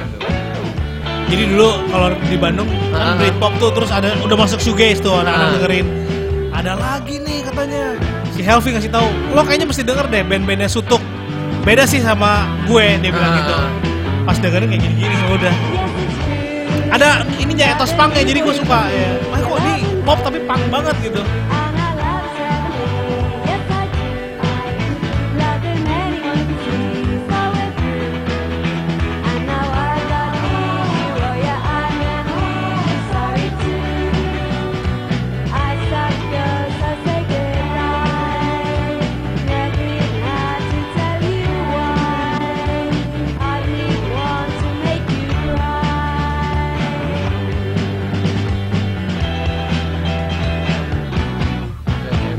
Jadi dulu kalau di Bandung kan Britpop tuh terus ada udah masuk shoegaze tuh anak-anak dengerin. Ada lagi nih katanya. Si Helvi ngasih tahu, lo kayaknya mesti denger deh band-bandnya Suntuk. Beda sih sama gue, dia bilang gitu. Pas dengerin kayak gini-gini udah. Ada ininya etos punknya jadi gue suka ya. Kok ini pop tapi punk banget gitu.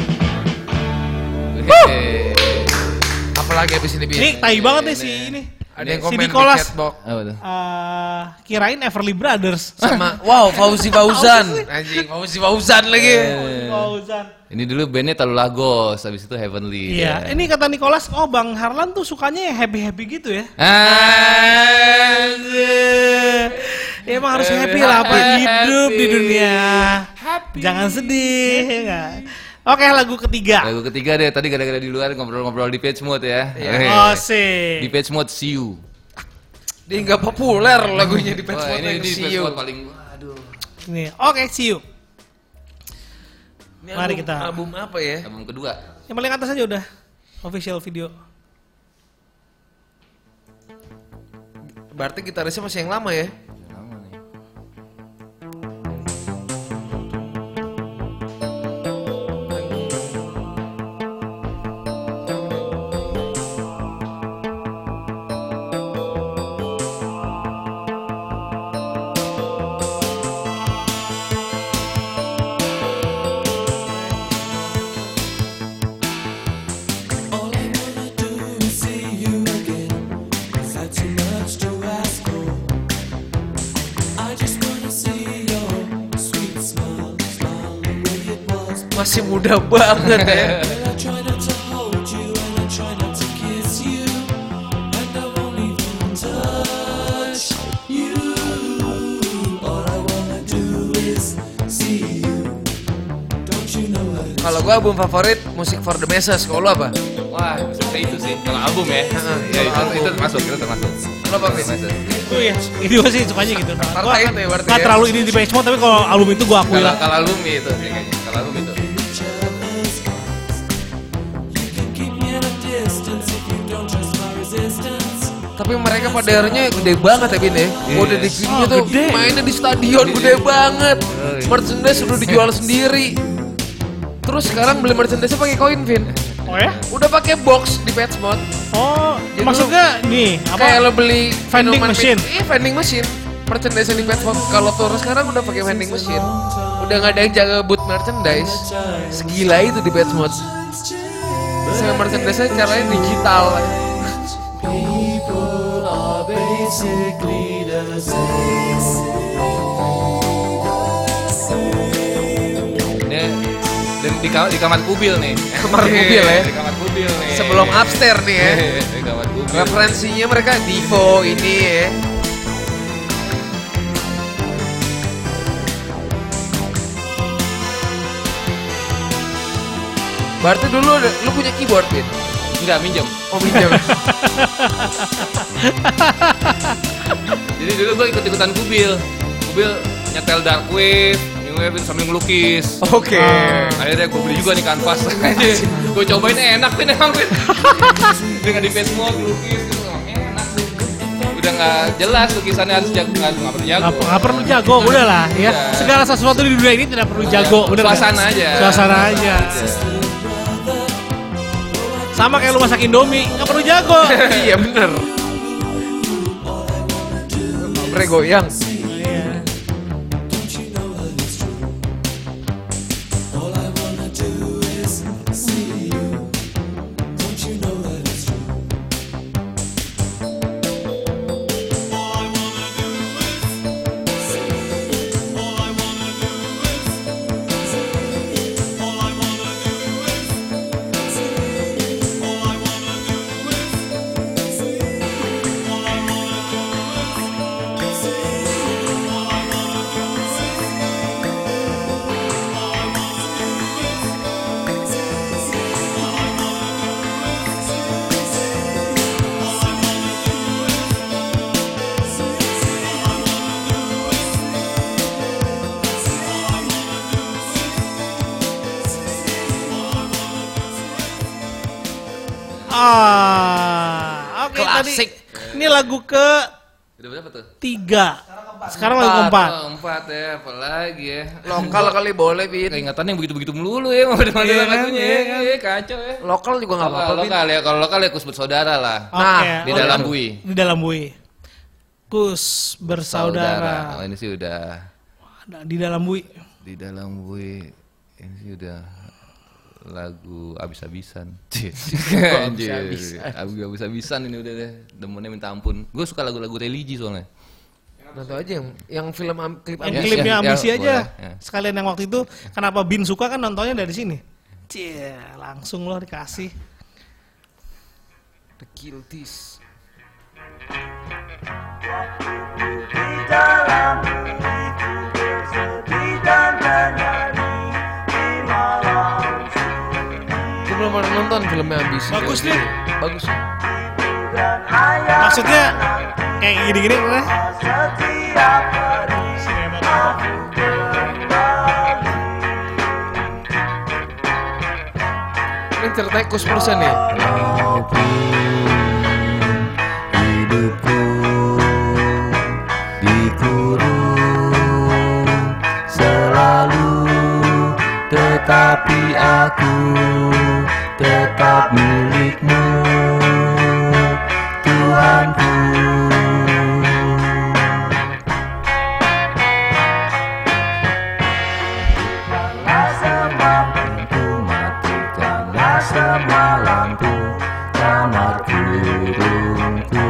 apalagi abis ini Bin? Ini tai banget nih si ini. Ada yang Si komen di Nicholas. chatbox. Apa tuh? Kirain Everly Brothers. Sama, wow, Fauzi Fauzan. Anjing, Fauzi Fauzan lagi. Fauzan. Ini dulu bandnya Talu Lagos, habis itu Heavenly. Iya, ini kata Nicholas, oh Bang Harlan tuh sukanya yang happy-happy gitu ya. Ya emang harus happy lah, apa hidup di dunia. Jangan sedih, ya nggak? Oke, lagu ketiga. Lagu ketiga deh, tadi gara-gara di luar ngobrol-ngobrol di page mode ya. Oh sih. Di page mode See You. Dia nggak populer lagunya di Pet Wah, Mode yang ini di See page You. mode paling, aduh. Nih, oke, see you. Ini Mari album- kita. Album apa ya? Album kedua. Yang paling atas aja udah official video. Berarti gitarisnya masih yang lama ya? Lama nih. All I wanna do is see you again. Is that too much to ask for? I just wanna see your sweet smile, smile the way it was. Masih muda banget ya. Well, I try not to hold you and I try not to kiss you, and I won't even touch you. All I wanna do is see you. Don't you know that? Kalau gua album favorit Music for the Masses, kalau lu apa? Wah, bisa itu sih. Kalau album ya. Ya itu termasuk, itu termasuk. Lu apa, Vin? Itu ya, ini gue sih sukanya gitu. Partai itu ya berarti Nggak ya? terlalu ini di page mode, tapi kalau album itu gue akui Kalau lah. kalau album itu sih kayaknya. Kalau album itu. You can keep me at a distance if you don't trust my resistance. Tapi mereka pada akhirnya gede banget ya, Bin ya? Udah di video Oh, tuh gede. mainnya di stadion gede banget. Merchandise udah dijual sendiri. Terus sekarang beli merchandise pakai koin, Vin. Oh ya? Udah pakai box di Pet Mode. Oh, Jadi maksudnya nih Kayak apa? lo beli Vending minuman machine. Iya, vending machine. Merchandise yang di Pet Mode. Kalau tour sekarang udah pakai vending machine. Udah nggak ada yang jaga booth merchandise. Segila itu di Pet Mode. Sama merchandise-nya caranya digital. People are basically the same. Ini dan di kamar kubil nih. Kamar kubil ya. Di kamar kubil nih. Sebelum upstairs nih ya. Di kamar kubil. Referensinya mereka Divo ini ya. Berarti dulu lu punya keyboard, Bin? Enggak minjem. Oh, pinjam. Jadi dulu gue ikut-ikutan kubil. Kubil nyetel dark wave, new wave sambil ngelukis. Oke. Akhirnya gue beli juga nih kanvas. Gue cobain enak Vin emang Vin. Dengan di face mode lukis gitu emang enak sih. Udah nggak jelas lukisannya harus jago, nggak perlu jago. Nggak perlu jago, udahlah ya. Iya. Segala sesuatu di dunia ini tidak perlu jago, udah. Suasana aja. Suasana aja. Sama kayak lu masak Indomie, nggak perlu jago. Iya bener. Nomornya goyang. Iya. All I wanna do is see you. Don't you know that it's true? Oke, Klasik. tadi ini lagu ke Udah berapa tuh? 3. Sekarang lagu keempat. Oh, 4 ya, apalagi ya. Lokal kali boleh, Bin. Keingatan yang begitu-begitu melulu ya, mau dimana Iya kan, lagunya iya ya, kan. iya, kacau ya. Lokal juga nggak apa-apa, Bin. Lokal ya, kalau lokal ya Kus Bersaudara lah. Nah, Oke, Di oke. dalam bui. Di dalam bui. Kus bersaudara. Oh, ini sih udah Di dalam bui. di dalam bui. Ini sih udah lagu abis-abisan. Abis-abisan. Abis-abisan ini udah deh. Demennya minta ampun. Gue suka lagu-lagu religi soalnya. Nonton aja yang film klip Yang Ya, klipnya ya, ambisi ya, aja. boleh, ya. Sekalian yang waktu itu kenapa Bin suka kan nontonnya dari sini. Cie, langsung loh dikasih. The Guilties. Gue belum pernah nonton filmnya ambisi. Bagus kayak nih. gini. Bagus. Maksudnya kayak gini-gini kan? Ini ceritanya Kus Persen nih. Hidupku dikurung selalu, tetapi aku tetap milikmu, Tuhanku. Semua pintu matikanlah semua lampu kamar kurungku.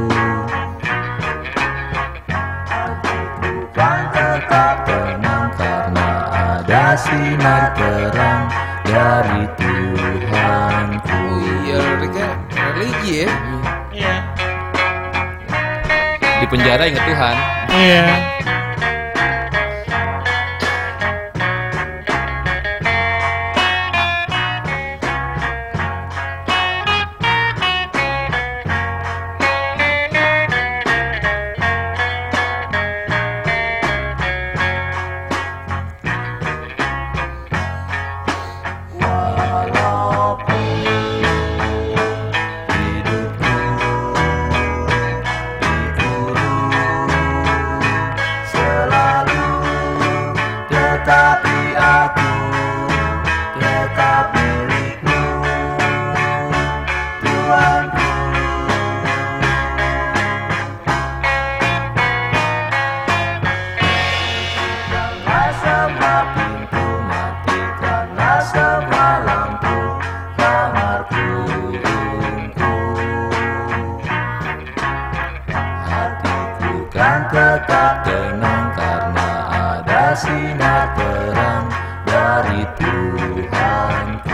Bukan tetap tenang karena ada sinar terang dari Tuhanku. Iya, mereka religi ya. Iya. Di penjara ingat Tuhan. Iya. Tetapi aku tetap milikmu, Tuhanku. Bukanlah semua pintu, matikanlah semua lampu kamar kurungku. Hatiku kan tetap tenang karena ada sinar terang dari Tuhanku.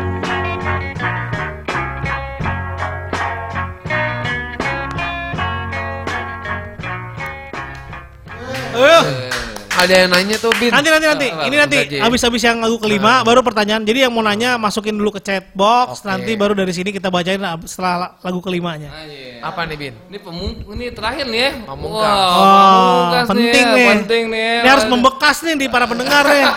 Ada yang nanya tuh Bin. Nanti. Ini nanti aja ya. habis-habis yang lagu kelima baru pertanyaan. Jadi yang mau nanya masukin dulu ke chat box, Oke. nanti baru dari sini kita bacain setelah lagu kelimanya. Apa nih Bin? Ini terakhir nih ya. Pamungkas. Wah, Oh, pamungkas penting ya, nih. penting nih. Ini harus membekas nih di para pendengar ya.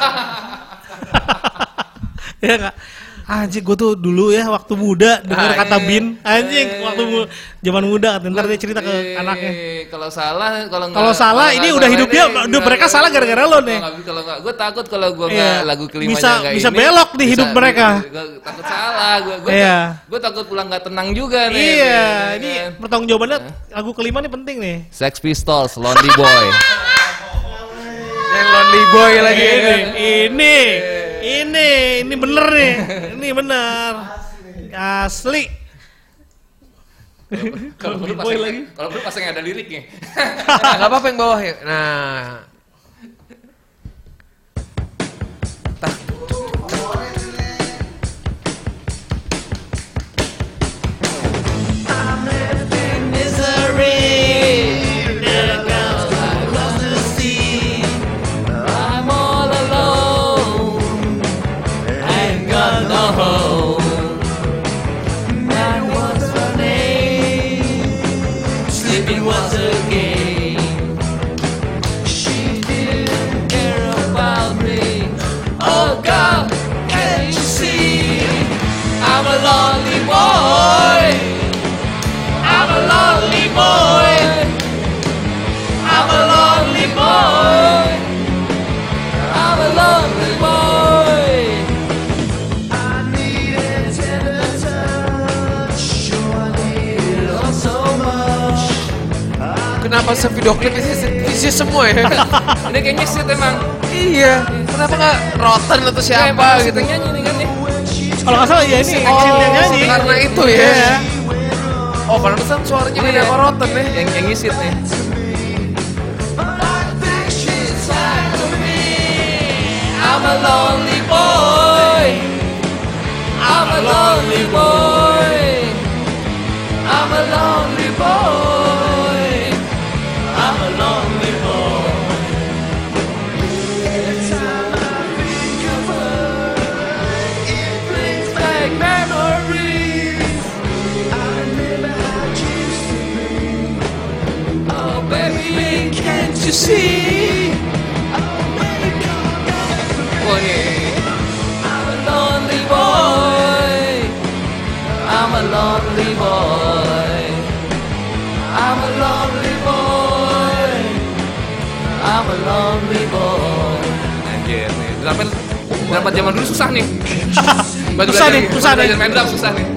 Ya enggak? Anjing gue tuh dulu ya waktu muda dengar Ah, kata iya. Bin. Anjing waktu zaman muda ntar dia cerita ke anaknya. Kalau salah, Kalau salah ini udah hidupnya udah mereka salah gara-gara lo nih. Kalau nggak, gue takut kalau gue Iya. nggak lagu kelimanya Bisa- nggak bisa ini, belok di hidup mereka. Gue takut salah, Iya. gue takut pulang nggak tenang juga nih. Iya, Bin, ini kan. pertanggungjawabannya lagu kelima ini penting nih. Sex Pistols, Lonely Boy. Yang Lonely Boy lagi. Ini bener nih, ini bener, asli. Kalau perlu Boy pasang lagi. Kalau perlu pasang yang ada liriknya. Enggak apa-apa yang bawah ya. Nah. Tah. I'm all alone. I ain't got no home. That was her name. Sleeping was a game. She didn't care about me. Oh God, can't you see? I'm a lonely boy. I'm a lonely boy. I'm a lonely boy. I'm a lonely boy. I need a tender touch. I need it all so much. Kenapa video klip isi semua ya? Ini kayaknya sih emang. Iya. Kenapa nggak Rotten atau siapa gitu? Nyanyi nih kan nih. Kalau nggak salah ya ini Exit yang nyanyi. Karena itu ya. Iya. Oh, pantesan suaranya beda sama Rotten ya. Yang ngisit nih. I'm a lonely boy. I'm a lonely boy. I'm a lonely boy. I'm a lonely boy. Every time I think of her, it brings back memories. I remember how it used to be. Oh baby, can't you see? Oh nih. I'm a lonely boy. I'm a lonely boy. I'm a lonely boy. I'm a lonely boy. Anjir nih. Dapat zaman dulu susah nih. Susah nih, susah nih. Belajar main drum susah nih.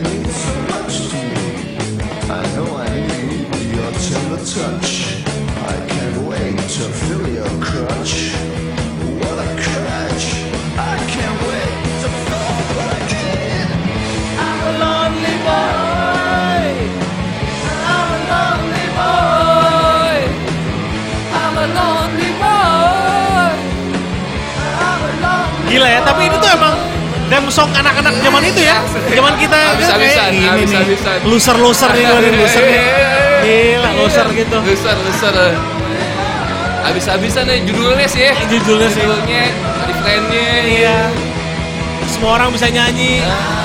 I know I need your tender touch. I can't wait to feel your crutch. What a crutch! I can't wait to fall again. I'm a lonely boy. I'm a lonely boy. I'm a lonely boy. I'm a lonely. Gila ya, tapi ini tuh emang dem song anak-anak zaman itu ya. Zaman kita Habis-habisan, kayak ini nih. habis-habisan. Loser nih gue nih, loser nih. Gila, loser gitu. Besar. Habis-habisan nih judulnya sih ya. Judulnya sih. Judulnya, refrainnya. Iya. Semua orang bisa nyanyi.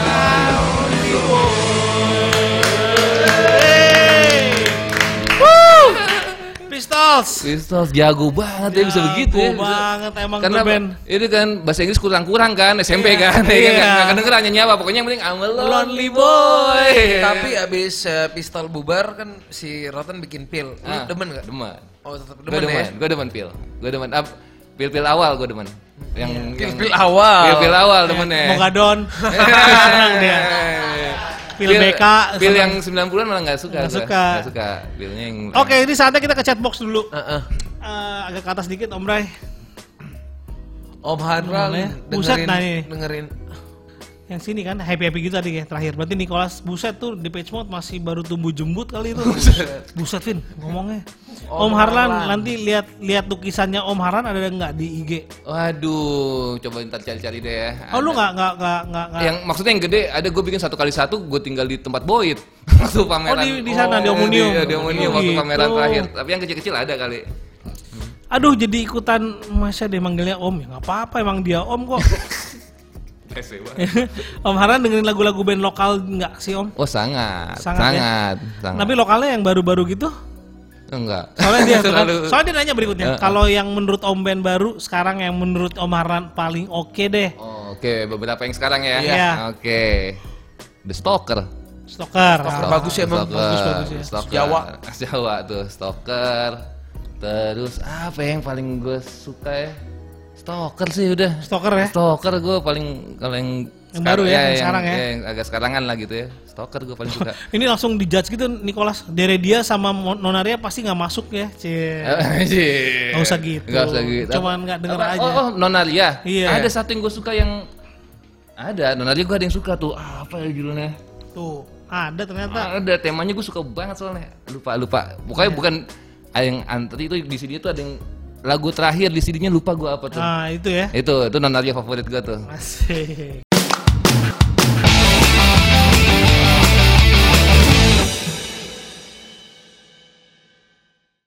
Hey. Woo! Pistols jago banget ya bisa begitu ya. Jago banget emang Karena tuh band. itu kan bahasa Inggris kurang-kurang kan SMP Iya, kan. Ya iya. kan nggak kedengeran nyanyi apa. Pokoknya yang penting I'm a lonely Lonely boy. Tapi abis Pistol bubar kan si Rotten bikin pil. Lu demen gak? Demen. Oh tetap Gue demen ya? demen, gue demen pil. Gue demen pil-pil awal gue demen. Yang Pil awal. Pil awal demennya. Mogadon. Senang dia. Pil BK. Pil senang. yang 90-an malah nggak suka. Nggak gua. suka. Nggak suka. Pilnya yang Oke, ini saatnya kita ke chatbox dulu. Heeh. Agak ke atas dikit Om Bray. Om Hadral Gimana ya? Buset, dengerin, nah ini. dengerin. Yang sini kan happy gitu tadi ya terakhir. Berarti Nicholas buset tuh di Depeche Mode masih baru tumbuh jembut kali itu. Buset Vin ngomongnya. Om Harlan nanti lihat lukisannya Om Harlan ada nggak di IG? Waduh, coba ntar cari-cari deh ya. Oh lu Ada. nggak. Yang maksudnya yang gede ada gue bikin 1x1 gue tinggal di tempat Boyd waktu pameran. Oh, di sana, di Omnium. Di Omnium Oh, waktu gitu. pameran terakhir. Tapi yang kecil-kecil ada kali. Aduh jadi ikutan masa dia manggilnya Om ya nggak apa-apa emang dia Om kok. Om Harlan dengerin lagu-lagu band lokal nggak sih Om? Oh sangat. Sangat. Tapi lokalnya yang baru-baru gitu? Enggak. Soalnya dia Terlalu. soalnya dia nanya berikutnya. Kalau yang menurut Om band baru sekarang yang menurut Om Harlan paling oke deh. Oh, oke, beberapa yang sekarang ya. Iya. Oke. The Stalker. Stalker. Bagus ya emang. Bagus ya. Stalker. Jawa. Jawa tuh, Stalker. Terus apa yang paling gue suka ya? Stalker sih udah. Stalker ya. Stalker gue paling kalau yang baru ya, yang sekarang ya. Yang agak sekarangan lah gitu ya. Stalker gue paling suka. Ini langsung dijudge gitu Nicholas. Dia sama Nonaria pasti nggak masuk ya. Cie. Nggak usah gitu. Nggak usah gitu. Cuman nggak denger Apa? aja. Oh, Nonaria. Iya. Ada satu yang gue suka yang ada Nonaria gue ada yang suka tuh. Apa ya judulnya? Tuh ada ternyata. Ada temanya gue suka banget soalnya. Lupa. Pokoknya bukan yang antri itu di sini tuh ada yang lagu terakhir di CD-nya lupa gue apa tuh. Nah itu ya. Itu Nonaria favorit gue tuh. Asik.